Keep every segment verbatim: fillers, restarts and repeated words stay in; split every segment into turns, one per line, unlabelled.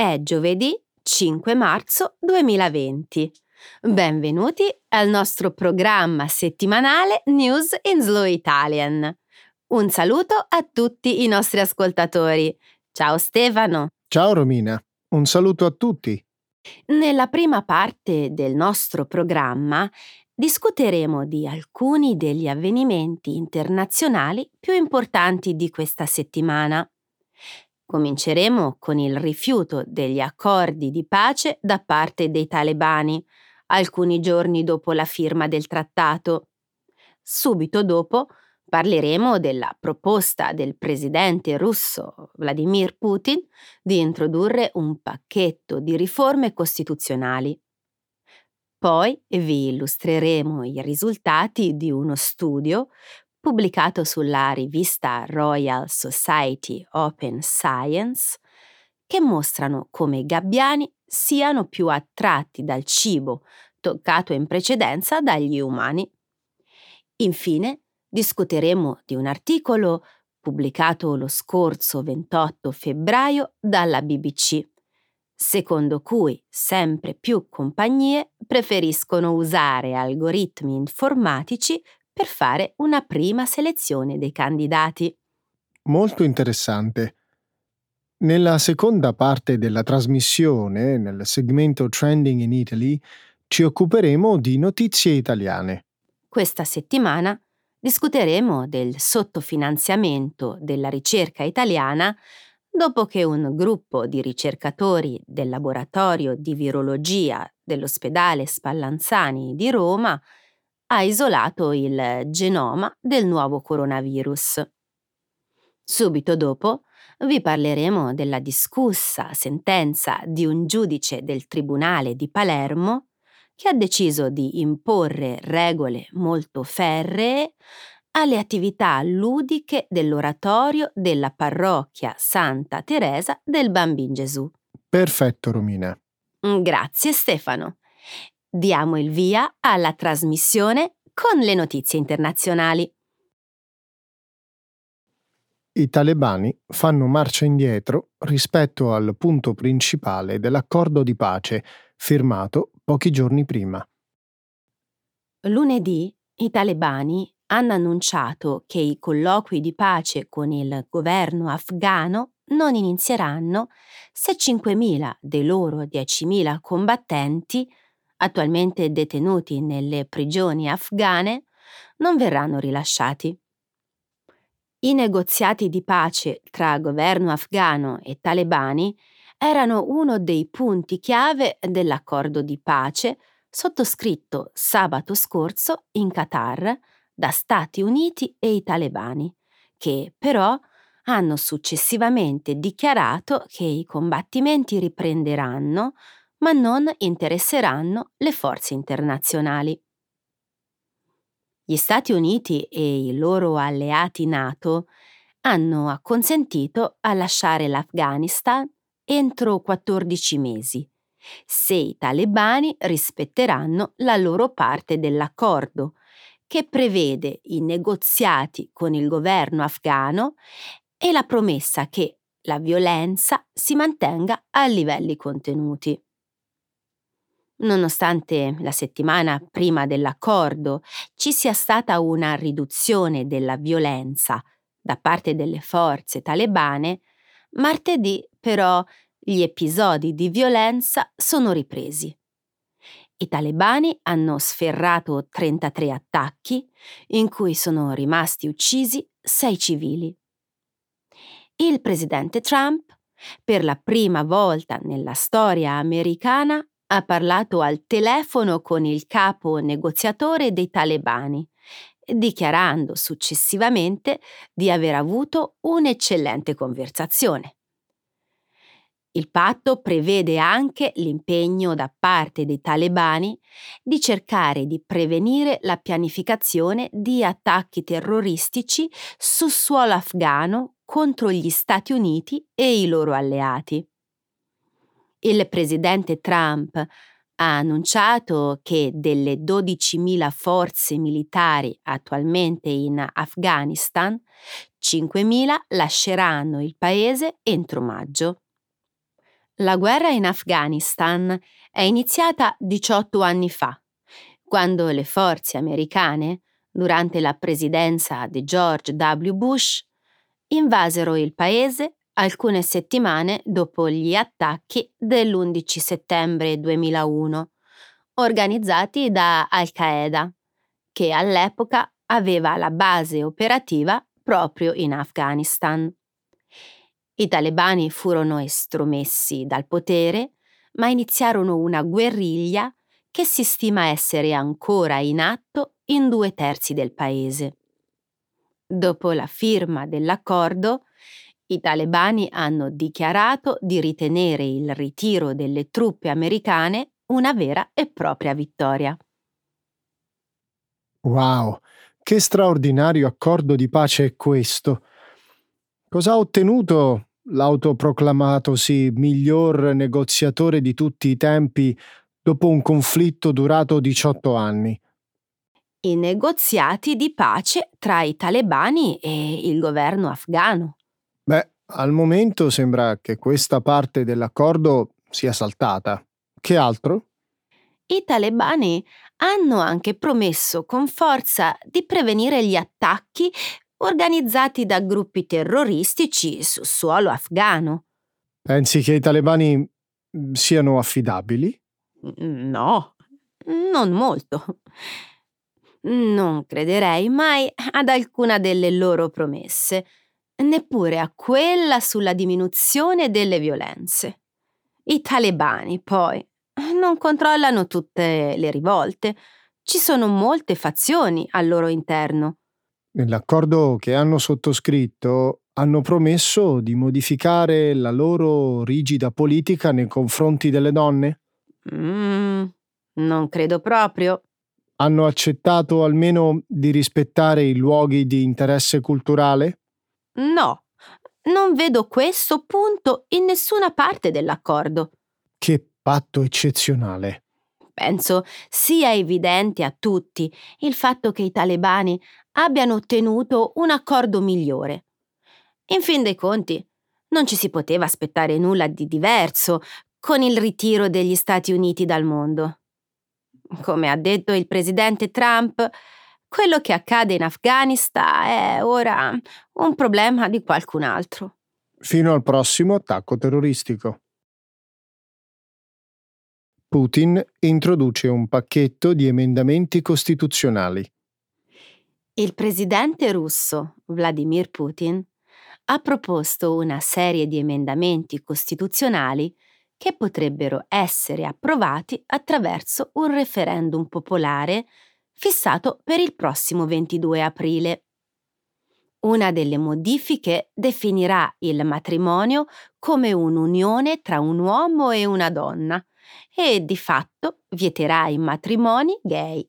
È giovedì cinque marzo duemilaventi. Benvenuti al nostro programma settimanale News in Slow Italian. Un saluto a tutti i nostri ascoltatori. Ciao Stefano.
Ciao Romina, un saluto a tutti.
Nella prima parte del nostro programma discuteremo di alcuni degli avvenimenti internazionali più importanti di questa settimana. Cominceremo con il rifiuto degli accordi di pace da parte dei talebani, alcuni giorni dopo la firma del trattato. Subito dopo parleremo della proposta del presidente russo Vladimir Putin di introdurre un pacchetto di riforme costituzionali. Poi vi illustreremo i risultati di uno studio pubblicato sulla rivista Royal Society Open Science, che mostrano come i gabbiani siano più attratti dal cibo toccato in precedenza dagli umani. Infine, discuteremo di un articolo pubblicato lo scorso ventotto febbraio dalla B B C, secondo cui sempre più compagnie preferiscono usare algoritmi informatici per fare una prima selezione dei candidati.
Molto interessante. Nella seconda parte della trasmissione, nel segmento Trending in Italy, ci occuperemo di notizie italiane.
Questa settimana discuteremo del sottofinanziamento della ricerca italiana dopo che un gruppo di ricercatori del laboratorio di virologia dell'ospedale Spallanzani di Roma ha isolato il genoma del nuovo coronavirus. Subito dopo vi parleremo della discussa sentenza di un giudice del Tribunale di Palermo che ha deciso di imporre regole molto ferree alle attività ludiche dell'oratorio della parrocchia Santa Teresa del Bambin Gesù.
Perfetto, Romina.
Grazie Stefano. Diamo il via alla trasmissione con le notizie internazionali.
I talebani fanno marcia indietro rispetto al punto principale dell'accordo di pace firmato pochi giorni prima.
Lunedì i talebani hanno annunciato che i colloqui di pace con il governo afghano non inizieranno se cinquemila dei loro diecimila combattenti, attualmente detenuti nelle prigioni afghane, non verranno rilasciati. I negoziati di pace tra governo afghano e talebani erano uno dei punti chiave dell'accordo di pace sottoscritto sabato scorso in Qatar da Stati Uniti e i talebani, che però hanno successivamente dichiarato che i combattimenti riprenderanno, ma non interesseranno le forze internazionali. Gli Stati Uniti e i loro alleati NATO hanno acconsentito a lasciare l'Afghanistan entro quattordici mesi, se i talebani rispetteranno la loro parte dell'accordo, che prevede i negoziati con il governo afghano e la promessa che la violenza si mantenga a livelli contenuti. Nonostante la settimana prima dell'accordo ci sia stata una riduzione della violenza da parte delle forze talebane, martedì però gli episodi di violenza sono ripresi. I talebani hanno sferrato trentatré attacchi, in cui sono rimasti uccisi sei civili. Il presidente Trump, per la prima volta nella storia americana, ha parlato al telefono con il capo negoziatore dei talebani, dichiarando successivamente di aver avuto un'eccellente conversazione. Il patto prevede anche l'impegno da parte dei talebani di cercare di prevenire la pianificazione di attacchi terroristici su suolo afghano contro gli Stati Uniti e i loro alleati. Il presidente Trump ha annunciato che delle dodicimila forze militari attualmente in Afghanistan, cinquemila lasceranno il paese entro maggio. La guerra in Afghanistan è iniziata diciotto anni fa, quando le forze americane, durante la presidenza di George W. Bush, invasero il paese alcune settimane dopo gli attacchi dell'undici settembre duemilauno, organizzati da Al-Qaeda, che all'epoca aveva la base operativa proprio in Afghanistan. I talebani furono estromessi dal potere, ma iniziarono una guerriglia che si stima essere ancora in atto in due terzi del paese. Dopo la firma dell'accordo, i talebani hanno dichiarato di ritenere il ritiro delle truppe americane una vera e propria vittoria.
Wow, che straordinario accordo di pace è questo! Cosa ha ottenuto l'autoproclamatosi miglior negoziatore di tutti i tempi dopo un conflitto durato diciotto anni?
I negoziati di pace tra i talebani e il governo afghano.
Beh, al momento sembra che questa parte dell'accordo sia saltata. Che altro?
I talebani hanno anche promesso con forza di prevenire gli attacchi organizzati da gruppi terroristici su suolo afghano.
Pensi che i talebani mm, siano affidabili?
No, non molto. Non crederei mai ad alcuna delle loro promesse, neppure a quella sulla diminuzione delle violenze. I talebani, poi, non controllano tutte le rivolte. Ci sono molte fazioni al loro interno.
Nell'accordo che hanno sottoscritto hanno promesso di modificare la loro rigida politica nei confronti delle donne?
Mm, non credo proprio.
Hanno accettato almeno di rispettare i luoghi di interesse culturale?
No, non vedo questo punto in nessuna parte dell'accordo.
Che patto eccezionale!
Penso sia evidente a tutti il fatto che i talebani abbiano ottenuto un accordo migliore. In fin dei conti, non ci si poteva aspettare nulla di diverso con il ritiro degli Stati Uniti dal mondo. Come ha detto il presidente Trump, quello che accade in Afghanistan è ora un problema di qualcun altro.
Fino al prossimo attacco terroristico. Putin introduce un pacchetto di emendamenti costituzionali.
Il presidente russo, Vladimir Putin, ha proposto una serie di emendamenti costituzionali che potrebbero essere approvati attraverso un referendum popolare fissato per il prossimo ventidue aprile. Una delle modifiche definirà il matrimonio come un'unione tra un uomo e una donna e di fatto vieterà i matrimoni gay.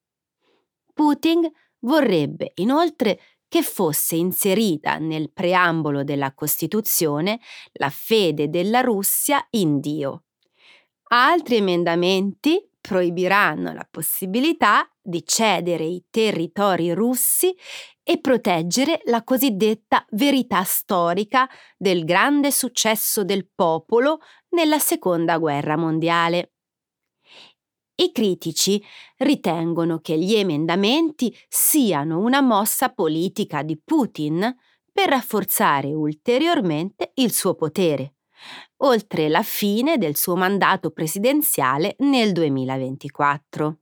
Putin vorrebbe inoltre che fosse inserita nel preambolo della Costituzione la fede della Russia in Dio. Altri emendamenti proibiranno la possibilità di cedere i territori russi e proteggere la cosiddetta verità storica del grande successo del popolo nella Seconda Guerra Mondiale. I critici ritengono che gli emendamenti siano una mossa politica di Putin per rafforzare ulteriormente il suo potere, oltre la fine del suo mandato presidenziale nel duemilaventiquattro.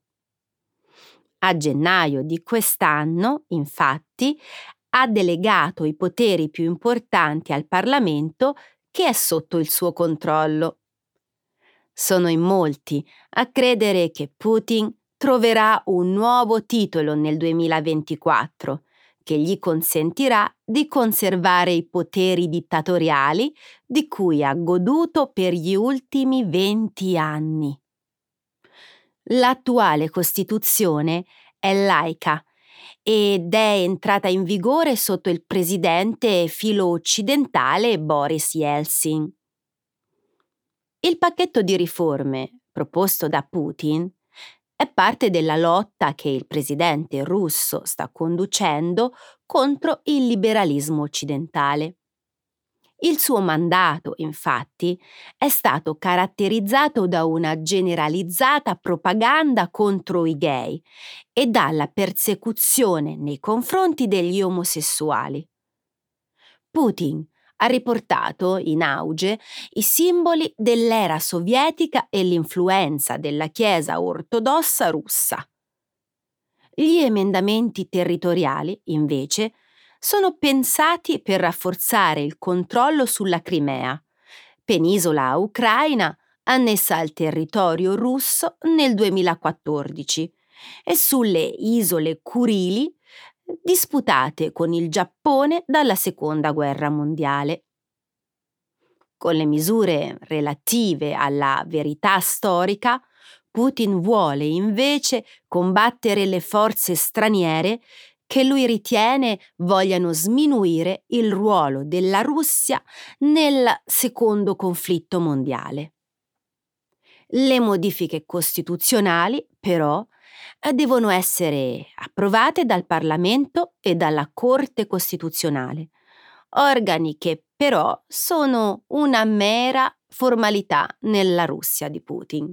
A gennaio di quest'anno, infatti, ha delegato i poteri più importanti al Parlamento che è sotto il suo controllo. Sono in molti a credere che Putin troverà un nuovo titolo nel duemilaventiquattro che gli consentirà di conservare i poteri dittatoriali di cui ha goduto per gli ultimi venti anni. L'attuale Costituzione è laica ed è entrata in vigore sotto il presidente filo-occidentale Boris Yeltsin. Il pacchetto di riforme proposto da Putin è parte della lotta che il presidente russo sta conducendo contro il liberalismo occidentale. Il suo mandato, infatti, è stato caratterizzato da una generalizzata propaganda contro i gay e dalla persecuzione nei confronti degli omosessuali. Putin ha riportato in auge i simboli dell'era sovietica e l'influenza della Chiesa ortodossa russa. Gli emendamenti territoriali, invece, sono pensati per rafforzare il controllo sulla Crimea, penisola ucraina annessa al territorio russo nel duemilaquattordici, e sulle isole Curili, disputate con il Giappone dalla Seconda Guerra Mondiale. Con le misure relative alla verità storica, Putin vuole invece combattere le forze straniere che lui ritiene vogliano sminuire il ruolo della Russia nel secondo conflitto mondiale. Le modifiche costituzionali, però, devono essere approvate dal Parlamento e dalla Corte Costituzionale, organi che però sono una mera formalità nella Russia di Putin.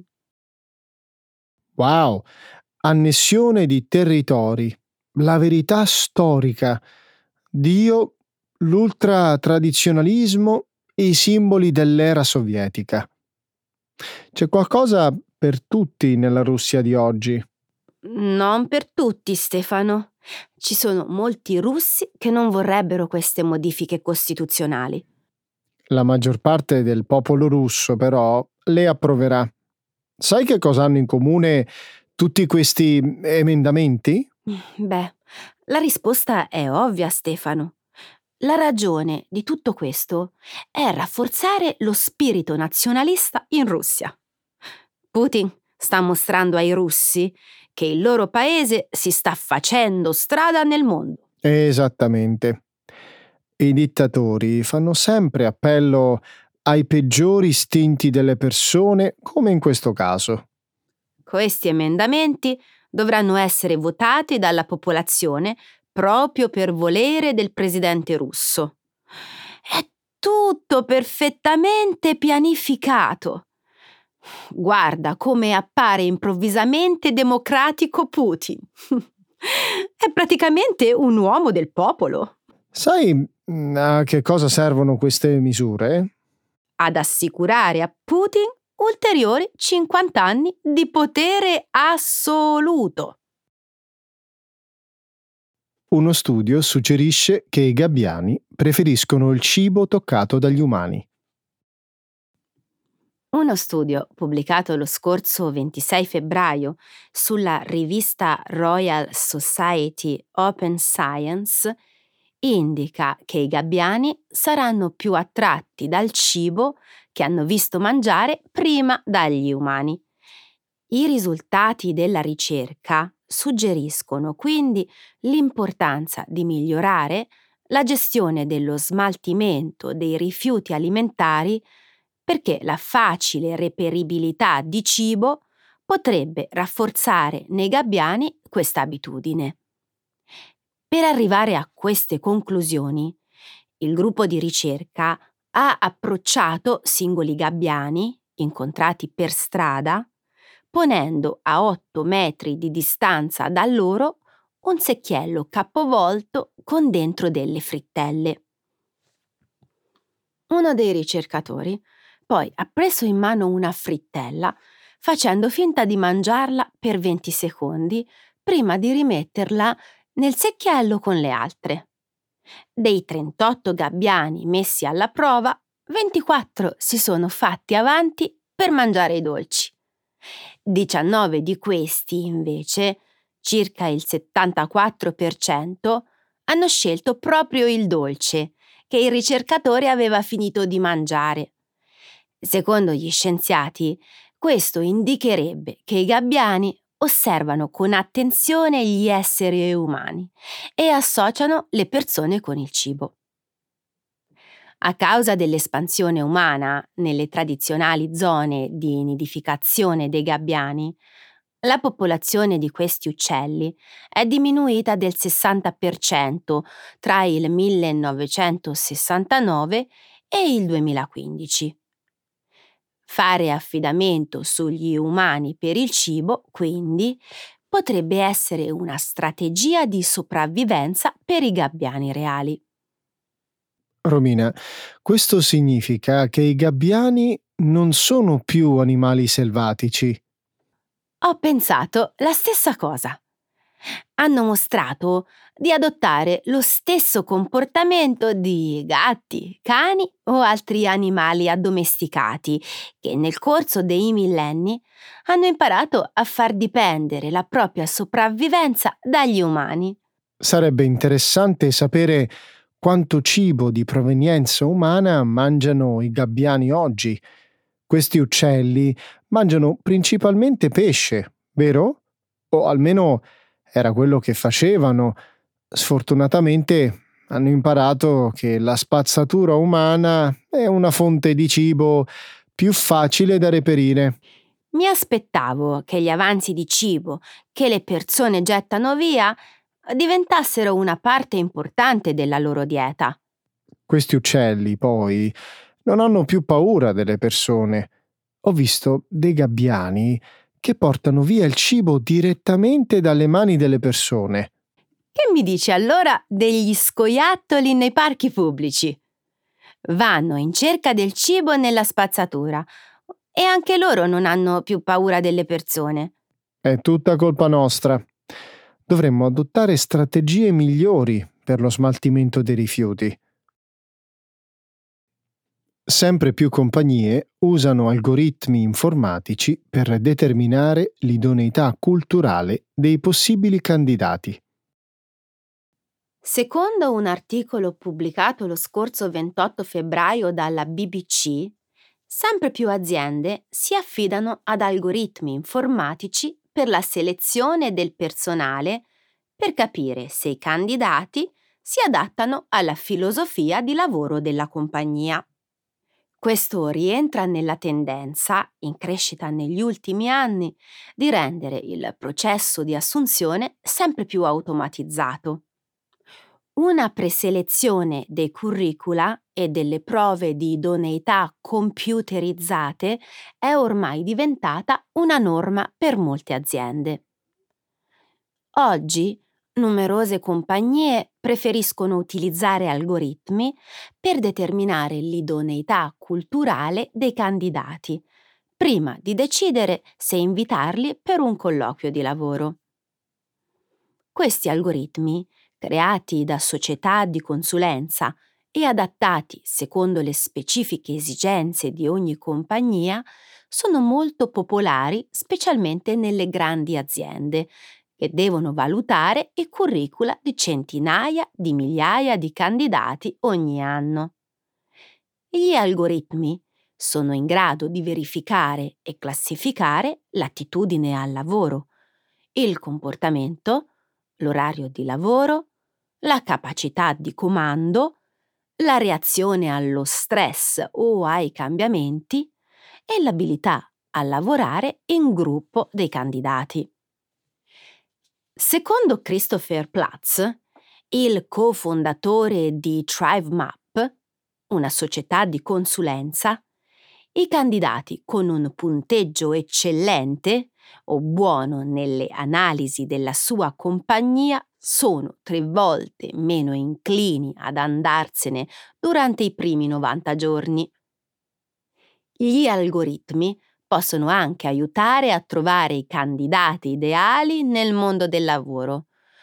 Wow! Annessione di territori, la verità storica, Dio, l'ultratradizionalismo e i simboli dell'era sovietica. C'è qualcosa per tutti nella Russia di oggi.
Non per tutti, Stefano. Ci sono molti russi che non vorrebbero queste modifiche costituzionali.
La maggior parte del popolo russo, però, le approverà. Sai che cosa hanno in comune tutti questi emendamenti?
Beh, la risposta è ovvia, Stefano. La ragione di tutto questo è rafforzare lo spirito nazionalista in Russia. Putin sta mostrando ai russi che il loro paese si sta facendo strada nel mondo.
Esattamente. I dittatori fanno sempre appello ai peggiori istinti delle persone, come in questo caso.
Questi emendamenti dovranno essere votati dalla popolazione proprio per volere del presidente russo. È tutto perfettamente pianificato. Guarda come appare improvvisamente democratico Putin. È praticamente un uomo del popolo.
Sai a che cosa servono queste misure?
Ad assicurare a Putin ulteriori cinquanta anni di potere assoluto.
Uno studio suggerisce che i gabbiani preferiscono il cibo toccato dagli umani.
Uno studio pubblicato lo scorso ventisei febbraio sulla rivista Royal Society Open Science indica che i gabbiani saranno più attratti dal cibo che hanno visto mangiare prima dagli umani. I risultati della ricerca suggeriscono quindi l'importanza di migliorare la gestione dello smaltimento dei rifiuti alimentari, perché la facile reperibilità di cibo potrebbe rafforzare nei gabbiani questa abitudine. Per arrivare a queste conclusioni, il gruppo di ricerca ha approcciato singoli gabbiani incontrati per strada, ponendo a otto metri di distanza da loro un secchiello capovolto con dentro delle frittelle. Uno dei ricercatori poi ha preso in mano una frittella, facendo finta di mangiarla per venti secondi prima di rimetterla nel secchiello con le altre. Dei trentotto gabbiani messi alla prova, ventiquattro si sono fatti avanti per mangiare i dolci. diciannove di questi, invece, circa il settantaquattro per cento, hanno scelto proprio il dolce che il ricercatore aveva finito di mangiare. Secondo gli scienziati, questo indicherebbe che i gabbiani osservano con attenzione gli esseri umani e associano le persone con il cibo. A causa dell'espansione umana nelle tradizionali zone di nidificazione dei gabbiani, la popolazione di questi uccelli è diminuita del sessanta per cento tra il millenovecentosessantanove e il duemilaquindici. Fare affidamento sugli umani per il cibo, quindi, potrebbe essere una strategia di sopravvivenza per i gabbiani reali.
Romina, questo significa che i gabbiani non sono più animali selvatici.
Ho pensato la stessa cosa. Hanno mostrato di adottare lo stesso comportamento di gatti, cani o altri animali addomesticati che nel corso dei millenni hanno imparato a far dipendere la propria sopravvivenza dagli umani.
Sarebbe interessante sapere quanto cibo di provenienza umana mangiano i gabbiani oggi. Questi uccelli mangiano principalmente pesce, vero? O almeno era quello che facevano. Sfortunatamente hanno imparato che la spazzatura umana è una fonte di cibo più facile da reperire.
Mi aspettavo che gli avanzi di cibo che le persone gettano via diventassero una parte importante della loro dieta.
Questi uccelli, poi, non hanno più paura delle persone. Ho visto dei gabbiani che portano via il cibo direttamente dalle mani delle persone.
Che mi dici allora degli scoiattoli nei parchi pubblici? Vanno in cerca del cibo nella spazzatura e anche loro non hanno più paura delle persone.
È tutta colpa nostra. Dovremmo adottare strategie migliori per lo smaltimento dei rifiuti. Sempre più compagnie usano algoritmi informatici per determinare l'idoneità culturale dei possibili candidati.
Secondo un articolo pubblicato lo scorso ventotto febbraio dalla B B C, sempre più aziende si affidano ad algoritmi informatici per la selezione del personale per capire se i candidati si adattano alla filosofia di lavoro della compagnia. Questo rientra nella tendenza, in crescita negli ultimi anni, di rendere il processo di assunzione sempre più automatizzato. Una preselezione dei curricula e delle prove di idoneità computerizzate è ormai diventata una norma per molte aziende. Oggi numerose compagnie preferiscono utilizzare algoritmi per determinare l'idoneità culturale dei candidati, prima di decidere se invitarli per un colloquio di lavoro. Questi algoritmi, creati da società di consulenza e adattati secondo le specifiche esigenze di ogni compagnia, sono molto popolari specialmente nelle grandi aziende, che devono valutare i curricula di centinaia di migliaia di candidati ogni anno. Gli algoritmi sono in grado di verificare e classificare l'attitudine al lavoro, il comportamento, l'orario di lavoro, la capacità di comando, la reazione allo stress o ai cambiamenti e l'abilità a lavorare in gruppo dei candidati. Secondo Christopher Platz, il cofondatore di ThriveMap, una società di consulenza, i candidati con un punteggio eccellente o buono nelle analisi della sua compagnia sono tre volte meno inclini ad andarsene durante i primi novanta giorni. Gli algoritmi possono anche aiutare a trovare i candidati ideali nel mondo del lavoro,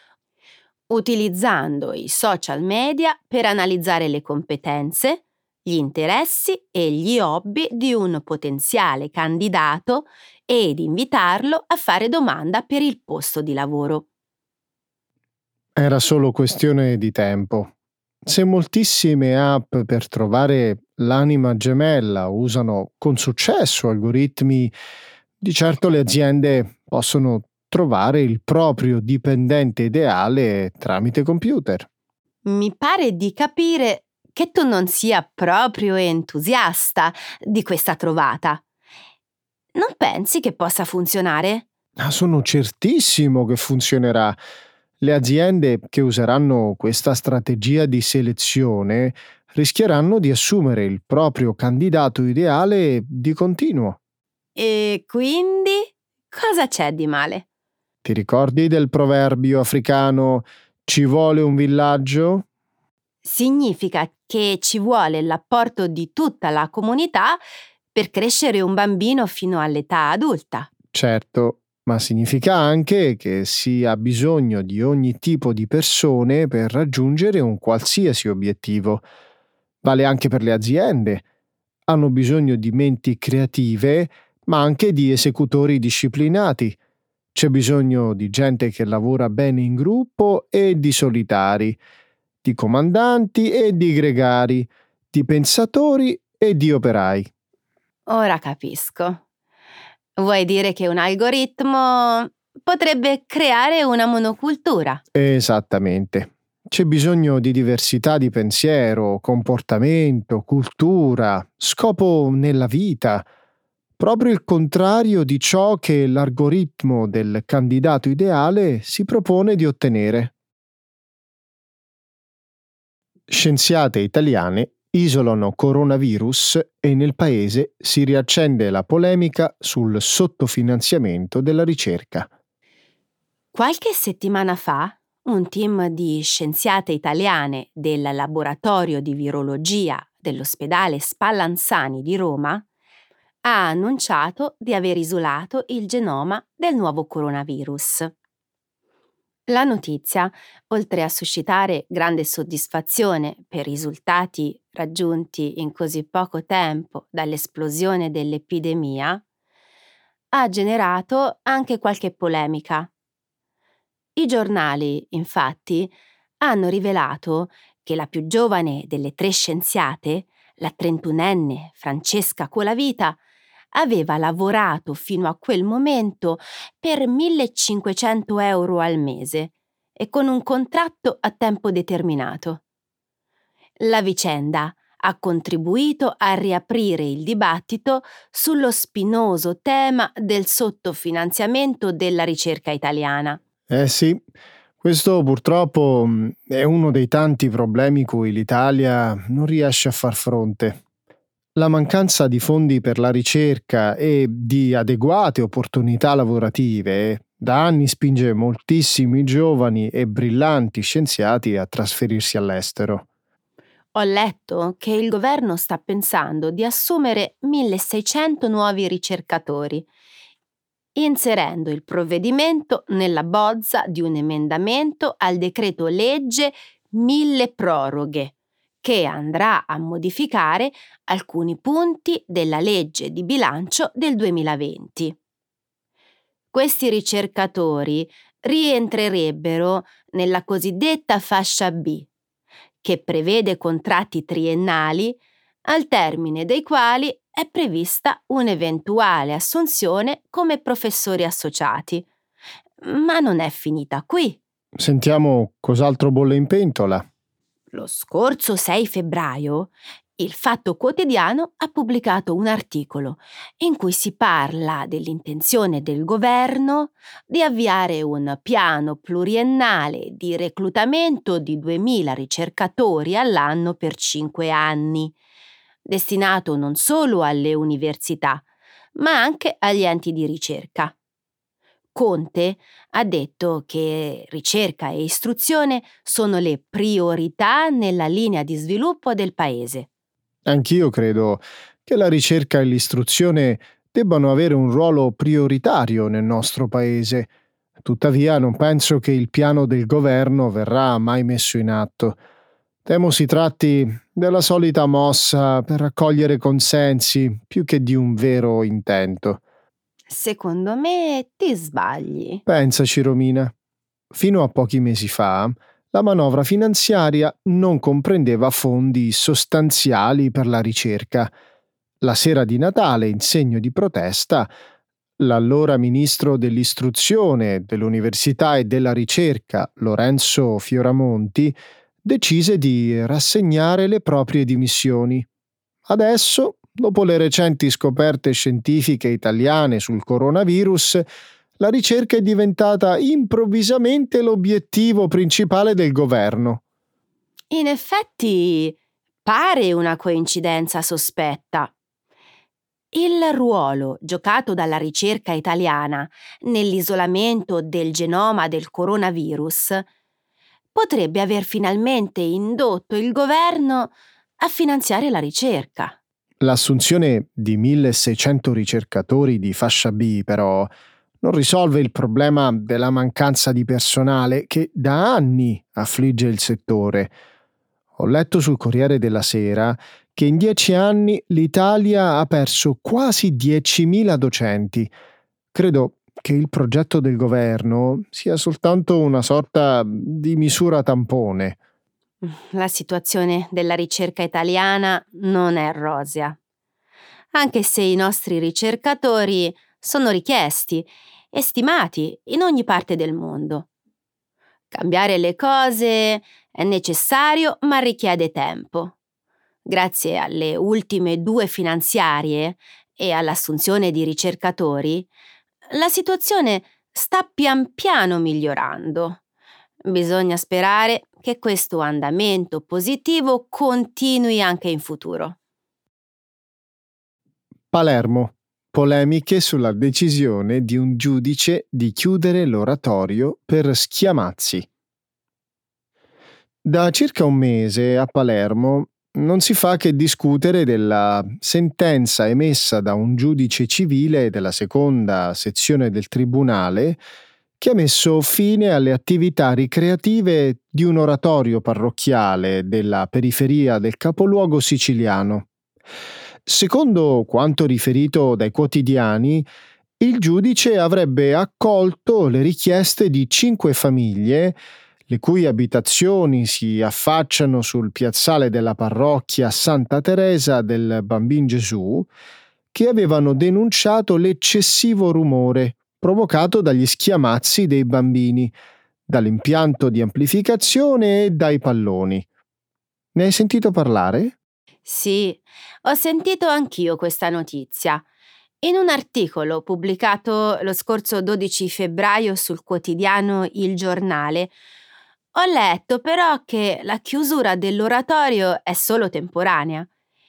utilizzando i social media per analizzare le competenze, gli interessi e gli hobby di un potenziale candidato ed invitarlo a fare domanda per il posto di lavoro.
Era solo questione di tempo. Se moltissime app per trovare l'anima gemella usano con successo algoritmi, di certo le aziende possono trovare il proprio dipendente ideale tramite computer.
Mi pare di capire che tu non sia proprio entusiasta di questa trovata. Non pensi che possa funzionare?
Ah, sono certissimo che funzionerà. Le aziende che useranno questa strategia di selezione rischieranno di assumere il proprio candidato ideale di continuo.
E quindi cosa c'è di male?
Ti ricordi del proverbio africano "ci vuole un villaggio"?
Significa che ci vuole l'apporto di tutta la comunità per crescere un bambino fino all'età adulta.
Certo, ma significa anche che si ha bisogno di ogni tipo di persone per raggiungere un qualsiasi obiettivo. Vale anche per le aziende. Hanno bisogno di menti creative, ma anche di esecutori disciplinati. C'è bisogno di gente che lavora bene in gruppo e di solitari, di comandanti e di gregari, di pensatori e di operai.
Ora capisco. Vuoi dire che un algoritmo potrebbe creare una monocultura?
Esattamente. C'è bisogno di diversità di pensiero, comportamento, cultura, scopo nella vita. Proprio il contrario di ciò che l'algoritmo del candidato ideale si propone di ottenere. Scienziate italiane isolano coronavirus e nel paese si riaccende la polemica sul sottofinanziamento della ricerca.
Qualche settimana fa, un team di scienziate italiane del laboratorio di virologia dell'ospedale Spallanzani di Roma ha annunciato di aver isolato il genoma del nuovo coronavirus. La notizia, oltre a suscitare grande soddisfazione per i risultati raggiunti in così poco tempo dall'esplosione dell'epidemia, ha generato anche qualche polemica. I giornali, infatti, hanno rivelato che la più giovane delle tre scienziate, la trentunenne Francesca Colavita, aveva lavorato fino a quel momento per millecinquecento euro al mese e con un contratto a tempo determinato. La vicenda ha contribuito a riaprire il dibattito sullo spinoso tema del sottofinanziamento della ricerca italiana.
Eh sì, questo purtroppo mh, è uno dei tanti problemi cui l'Italia non riesce a far fronte. La mancanza di fondi per la ricerca e di adeguate opportunità lavorative da anni spinge moltissimi giovani e brillanti scienziati a trasferirsi all'estero.
Ho letto che il governo sta pensando di assumere milleseicento nuovi ricercatori, inserendo il provvedimento nella bozza di un emendamento al decreto legge mille proroghe, che andrà a modificare alcuni punti della legge di bilancio del duemilaventi. Questi ricercatori rientrerebbero nella cosiddetta fascia B, che prevede contratti triennali al termine dei quali è prevista un'eventuale assunzione come professori associati. Ma non è finita qui.
Sentiamo cos'altro bolle in pentola.
Lo scorso sei febbraio il Fatto Quotidiano ha pubblicato un articolo in cui si parla dell'intenzione del governo di avviare un piano pluriennale di reclutamento di duemila ricercatori all'anno per cinque anni, destinato non solo alle università, ma anche agli enti di ricerca. Conte ha detto che ricerca e istruzione sono le priorità nella linea di sviluppo del paese.
Anch'io credo che la ricerca e l'istruzione debbano avere un ruolo prioritario nel nostro paese. Tuttavia non penso che il piano del governo verrà mai messo in atto. Temo si tratti della solita mossa per raccogliere consensi più che di un vero intento.
Secondo me ti sbagli.
Pensaci, Romina. Fino a pochi mesi fa, la manovra finanziaria non comprendeva fondi sostanziali per la ricerca. La sera di Natale, in segno di protesta, l'allora ministro dell'istruzione, dell'università e della ricerca, Lorenzo Fioramonti, decise di rassegnare le proprie dimissioni. Adesso, dopo le recenti scoperte scientifiche italiane sul coronavirus, la ricerca è diventata improvvisamente l'obiettivo principale del governo.
In effetti, appare una coincidenza sospetta. Il ruolo giocato dalla ricerca italiana nell'isolamento del genoma del coronavirus potrebbe aver finalmente indotto il governo a finanziare la ricerca.
L'assunzione di milleseicento ricercatori di fascia B, però, non risolve il problema della mancanza di personale che da anni affligge il settore. Ho letto sul Corriere della Sera che in dieci anni l'Italia ha perso quasi diecimila docenti. Credo che il progetto del governo sia soltanto una sorta di misura tampone.
La situazione della ricerca italiana non è rosea, anche se i nostri ricercatori sono richiesti e stimati in ogni parte del mondo. Cambiare le cose è necessario, ma richiede tempo. Grazie alle ultime due finanziarie e all'assunzione di ricercatori, la situazione sta pian piano migliorando. Bisogna sperare che questo andamento positivo continui anche in futuro.
Palermo. Polemiche sulla decisione di un giudice di chiudere l'oratorio per schiamazzi. Da circa un mese a Palermo non si fa che discutere della sentenza emessa da un giudice civile della seconda sezione del tribunale che ha messo fine alle attività ricreative di un oratorio parrocchiale della periferia del capoluogo siciliano. Secondo quanto riferito dai quotidiani, il giudice avrebbe accolto le richieste di cinque famiglie, le cui abitazioni si affacciano sul piazzale della parrocchia Santa Teresa del Bambin Gesù, che avevano denunciato l'eccessivo rumore provocato dagli schiamazzi dei bambini, dall'impianto di amplificazione e dai palloni. Ne hai sentito parlare?
Sì, ho sentito anch'io questa notizia. In un articolo pubblicato lo scorso dodici febbraio sul quotidiano Il Giornale, ho letto però che la chiusura dell'oratorio è solo temporanea.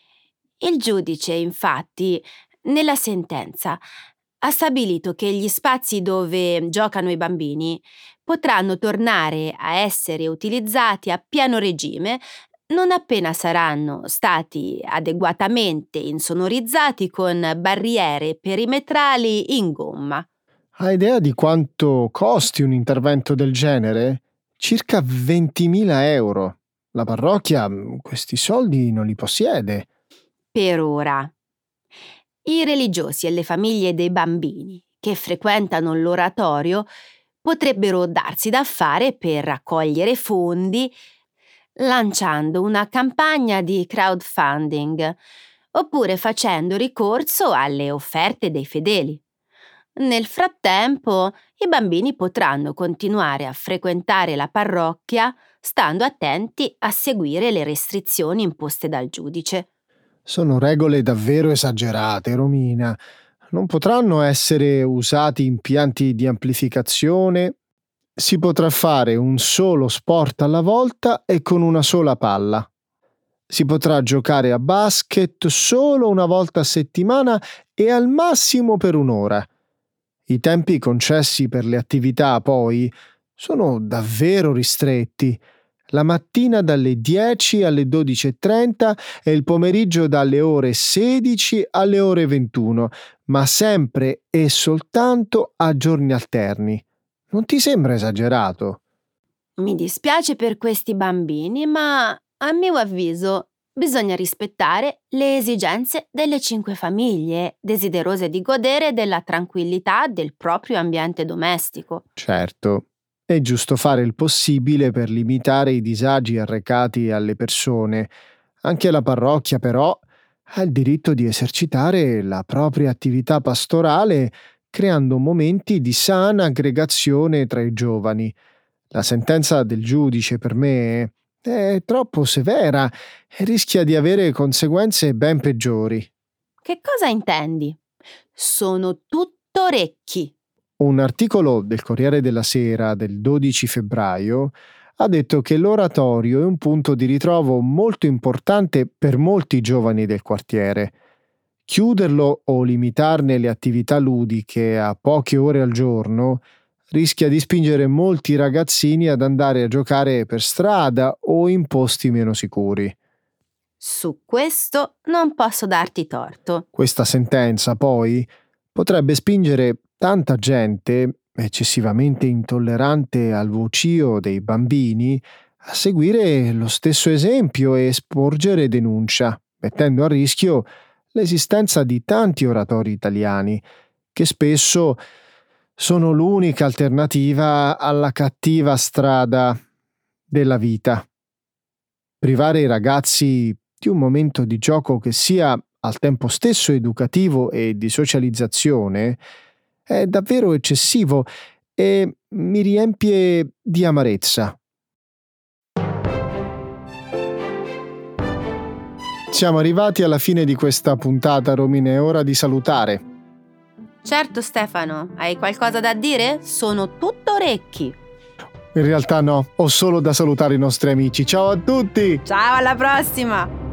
Il giudice, infatti, nella sentenza ha stabilito che gli spazi dove giocano i bambini potranno tornare a essere utilizzati a pieno regime non appena saranno stati adeguatamente insonorizzati con barriere perimetrali in gomma.
Hai idea di quanto costi un intervento del genere? Circa ventimila euro. La parrocchia questi soldi non li possiede.
Per ora. I religiosi e le famiglie dei bambini che frequentano l'oratorio potrebbero darsi da fare per raccogliere fondi lanciando una campagna di crowdfunding oppure facendo ricorso alle offerte dei fedeli. Nel frattempo, i bambini potranno continuare a frequentare la parrocchia stando attenti a seguire le restrizioni imposte dal giudice.
Sono regole davvero esagerate, Romina. Non potranno essere usati impianti di amplificazione. Si potrà fare un solo sport alla volta e con una sola palla. Si potrà giocare a basket solo una volta a settimana e al massimo per un'ora. I tempi concessi per le attività, poi, sono davvero ristretti. La mattina dalle dieci alle dodici e trenta e il pomeriggio dalle ore sedici alle ore ventuno, ma sempre e soltanto a giorni alterni. Non ti sembra esagerato?
Mi dispiace per questi bambini, ma a mio avviso bisogna rispettare le esigenze delle cinque famiglie desiderose di godere della tranquillità del proprio ambiente domestico.
Certo. È giusto fare il possibile per limitare i disagi arrecati alle persone. Anche la parrocchia, però, ha il diritto di esercitare la propria attività pastorale creando momenti di sana aggregazione tra i giovani. La sentenza del giudice, per me, è troppo severa e rischia di avere conseguenze ben peggiori.
Che cosa intendi? Sono tutto orecchi.
Un articolo del Corriere della Sera del dodici febbraio ha detto che l'oratorio è un punto di ritrovo molto importante per molti giovani del quartiere. Chiuderlo o limitarne le attività ludiche a poche ore al giorno rischia di spingere molti ragazzini ad andare a giocare per strada o in posti meno sicuri.
Su questo non posso darti torto.
Questa sentenza, poi, potrebbe spingere tanta gente, eccessivamente intollerante al vocio dei bambini, a seguire lo stesso esempio e sporgere denuncia, mettendo a rischio l'esistenza di tanti oratori italiani, che spesso sono l'unica alternativa alla cattiva strada della vita. Privare i ragazzi di un momento di gioco che sia al tempo stesso educativo e di socializzazione è davvero eccessivo e mi riempie di amarezza. Siamo arrivati alla fine di questa puntata, Romina, è ora di salutare.
Certo Stefano, hai qualcosa da dire? Sono tutto orecchi.
In realtà no, ho solo da salutare i nostri amici. Ciao a tutti!
Ciao, alla prossima!